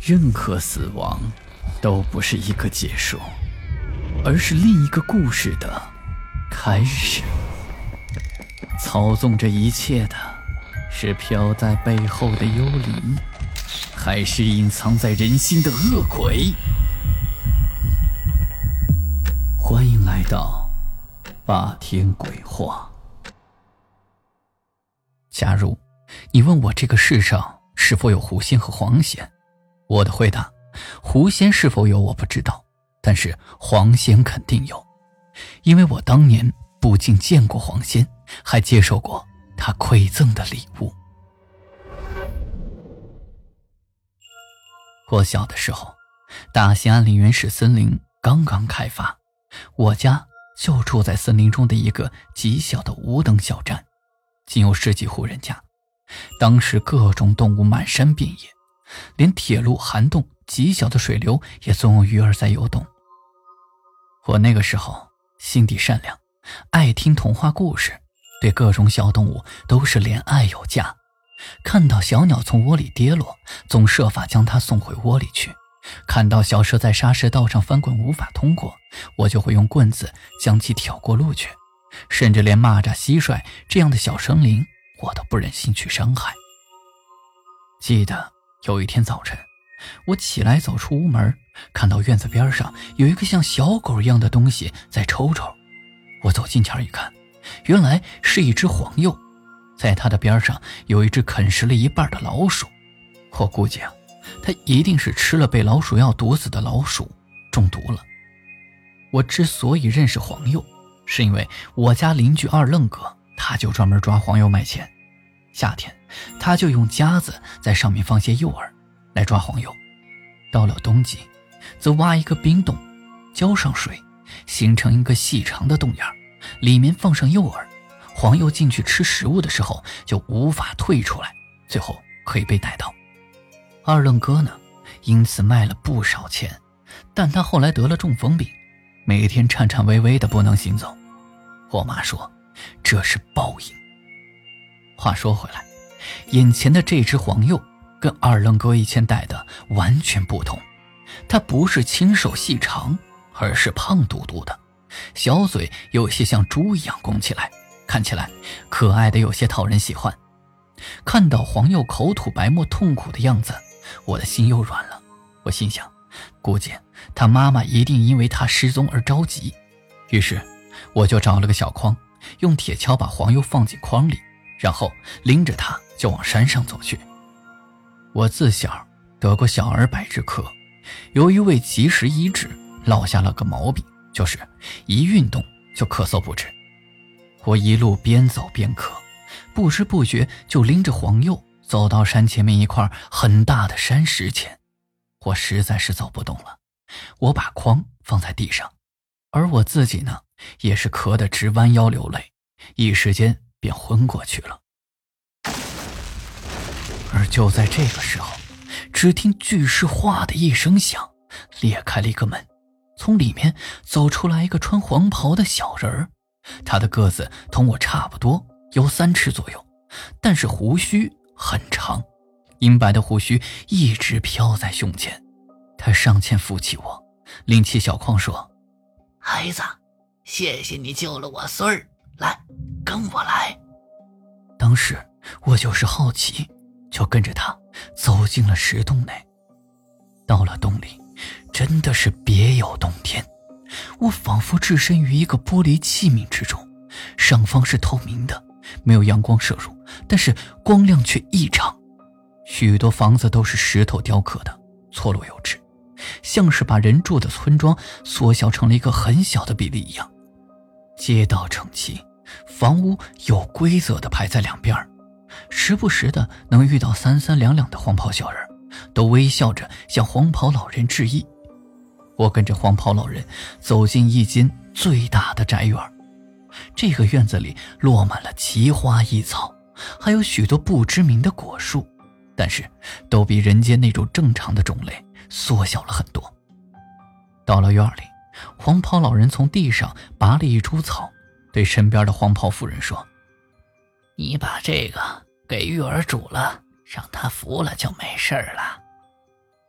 任何死亡都不是一个结束，而是另一个故事的开始。操纵这一切的是飘在背后的幽灵，还是隐藏在人心的恶鬼？欢迎来到霸天鬼话。假如你问我这个世上是否有狐仙和黄仙，我的回答，狐仙是否有我不知道，但是黄仙肯定有，因为我当年不仅见过黄仙，还接受过他馈赠的礼物。我小的时候，大兴安岭原始森林刚刚开发，我家就住在森林中的一个极小的无灯小站，仅有10几户人家。当时各种动物满山遍野，连铁路涵洞极小的水流也总有鱼儿在游动。我那个时候心地善良，爱听童话故事，对各种小动物都是怜爱有加。看到小鸟从窝里跌落，总设法将它送回窝里去。看到小蛇在沙石道上翻滚无法通过，我就会用棍子将其挑过路去。甚至连蚂蚱、蟋蟀这样的小生灵我都不忍心去伤害。记得有一天早晨，我起来走出屋门，看到院子边上有一个像小狗一样的东西在抽抽。我走近前一看，原来是一只黄鼬，在它的边上有一只啃食了一半的老鼠。我估计它一定是吃了被老鼠药毒死的老鼠，中毒了。我之所以认识黄鼬，是因为我家邻居二愣哥他就专门抓黄鼬卖钱。夏天他就用夹子在上面放些诱饵来抓黄鼬，到了冬季则挖一个冰洞，浇上水，形成一个细长的洞眼，里面放上诱饵，黄鼬进去吃食物的时候就无法退出来，最后可以被逮到。二愣哥呢，因此卖了不少钱，但他后来得了中风病，每天颤颤巍巍的不能行走。我妈说这是报应。话说回来，眼前的这只黄鼬跟二愣哥以前逮的完全不同，它不是清瘦细长，而是胖嘟嘟的，小嘴有些像猪一样拱起来，看起来可爱的有些讨人喜欢。看到黄鼬口吐白沫痛苦的样子，我的心又软了。我心想，估计他妈妈一定因为他失踪而着急，于是我就找了个小筐，用铁锹把黄鼬放进筐里，然后拎着它就往山上走去。我自小得过小儿百日咳，由于未及时医治，落下了个毛病，就是一运动就咳嗽不止。我一路边走边咳，不知不觉就拎着黄鼬走到山前面一块很大的山石前。我实在是走不动了，我把筐放在地上，而我自己呢，也是咳得直弯腰流泪，一时间便昏过去了。而就在这个时候，只听巨石哗的一声响，裂开了一个门，从里面走出来一个穿黄袍的小人儿。他的个子同我差不多，有3尺左右，但是胡须很长，银白的胡须一直飘在胸前。他上前扶起我，拎起小筐说：“ 孩子，谢谢你救了我孙儿，来，跟我来。” 当时我就是好奇，就跟着他走进了石洞内。到了洞里，真的是别有洞天，我仿佛置身于一个玻璃器皿之中，上方是透明的，没有阳光射入，但是光亮却异常。许多房子都是石头雕刻的，错落有致，像是把人住的村庄缩小成了一个很小的比例一样。街道整齐，房屋有规则地排在两边，时不时的能遇到3、3两两的黄袍小人，都微笑着向黄袍老人致意。我跟着黄袍老人走进一间最大的宅院，这个院子里落满了奇花异草，还有许多不知名的果树，但是都比人间那种正常的种类缩小了很多。到了院里，黄袍老人从地上拔了一株草，对身边的黄袍妇人说：“ 你把这个给玉儿煮了，让她服了就没事了。”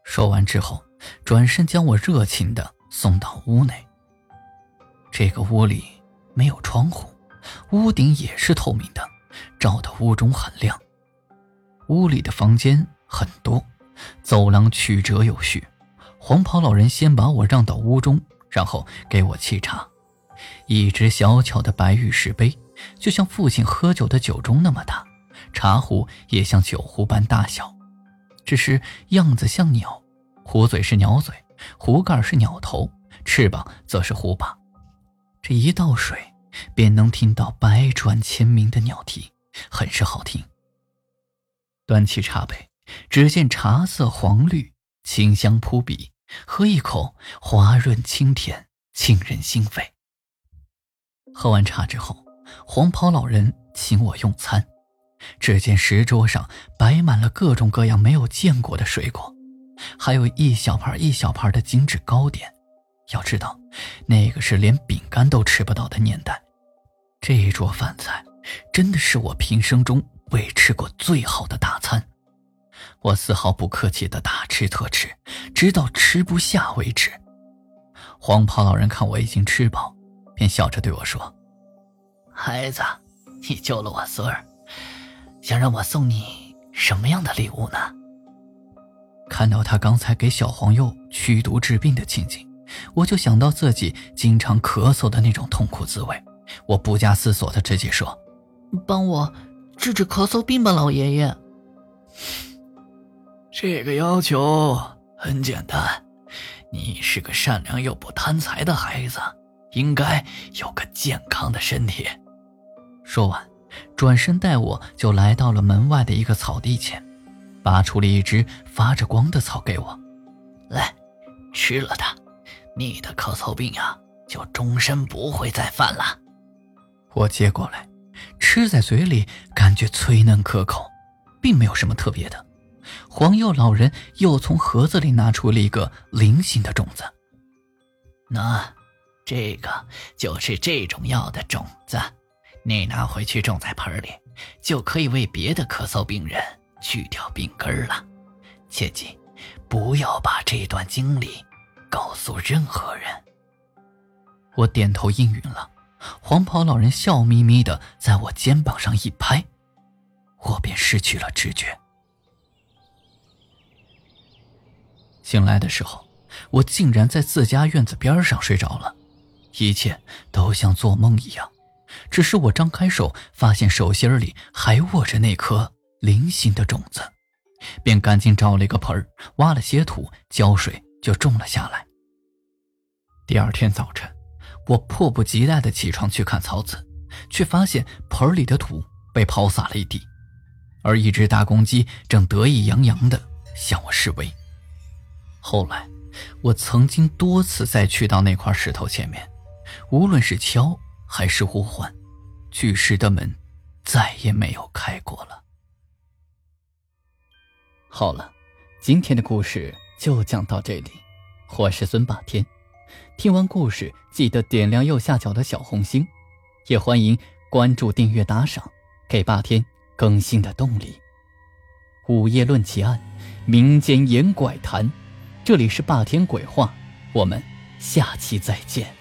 说完之后，转身将我热情地送到屋内。这个屋里没有窗户，屋顶也是透明的，照得屋中很亮。屋里的房间很多，走廊曲折有序。黄袍老人先把我让到屋中，然后给我沏茶。一只小巧的白玉石杯，就像父亲喝酒的酒盅那么大，茶壶也像酒壶般大小，只是样子像鸟，壶嘴是鸟嘴，壶盖是鸟头，翅膀则是壶把。这一倒水便能听到百转千鸣的鸟啼，很是好听。端起茶杯，只见茶色黄绿，清香扑鼻，喝一口滑润清甜，沁人心肺。喝完茶之后，黄袍老人请我用餐。只见石桌上摆满了各种各样没有见过的水果，还有一小盘一小盘的精致糕点。要知道，那个是连饼干都吃不到的年代。这一桌饭菜真的是我平生中未吃过最好的大餐。我丝毫不客气地大吃特吃，直到吃不下为止。黄袍老人看我已经吃饱，便笑着对我说：“ 孩子，你救了我孙儿，想让我送你什么样的礼物呢？” 看到他刚才给小黄鼬驱毒治病的情景，我就想到自己经常咳嗽的那种痛苦滋味。我不加思索地直接说：“ 帮我治治咳嗽病吧，老爷爷。” 这个要求很简单，你是个善良又不贪财的孩子，应该有个健康的身体。说完，转身带我就来到了门外的一个草地前，拔出了一只发着光的草给我。 来，吃了它，你的咳嗽病啊，就终身不会再犯了。 我接过来，吃在嘴里，感觉脆嫩可口，并没有什么特别的。黄鼬老人又从盒子里拿出了一个菱形的种子。 那这个就是这种药的种子，你拿回去种在盆里，就可以为别的咳嗽病人去掉病根了。切记，不要把这段经历告诉任何人。 我点头应允了。黄袍老人笑眯眯地在我肩膀上一拍，我便失去了知觉。醒来的时候，我竟然在自家院子边上睡着了，一切都像做梦一样。只是我张开手，发现手心里还握着那颗菱形的种子，便赶紧找了一个盆，挖了些土，浇水就种了下来。第二天早晨，我迫不及待地起床去看草籽，却发现盆里的土被抛洒了一地，而一只大公鸡正得意洋洋地向我示威。后来，我曾经多次再去到那块石头前面，无论是敲还是呼唤，巨石的门再也没有开过了。好了，今天的故事就讲到这里，我是孙霸天。听完故事记得点亮右下角的小红心，也欢迎关注订阅打赏，给霸天更新的动力。午夜论奇案，民间言怪谈，这里是霸天鬼话，我们下期再见。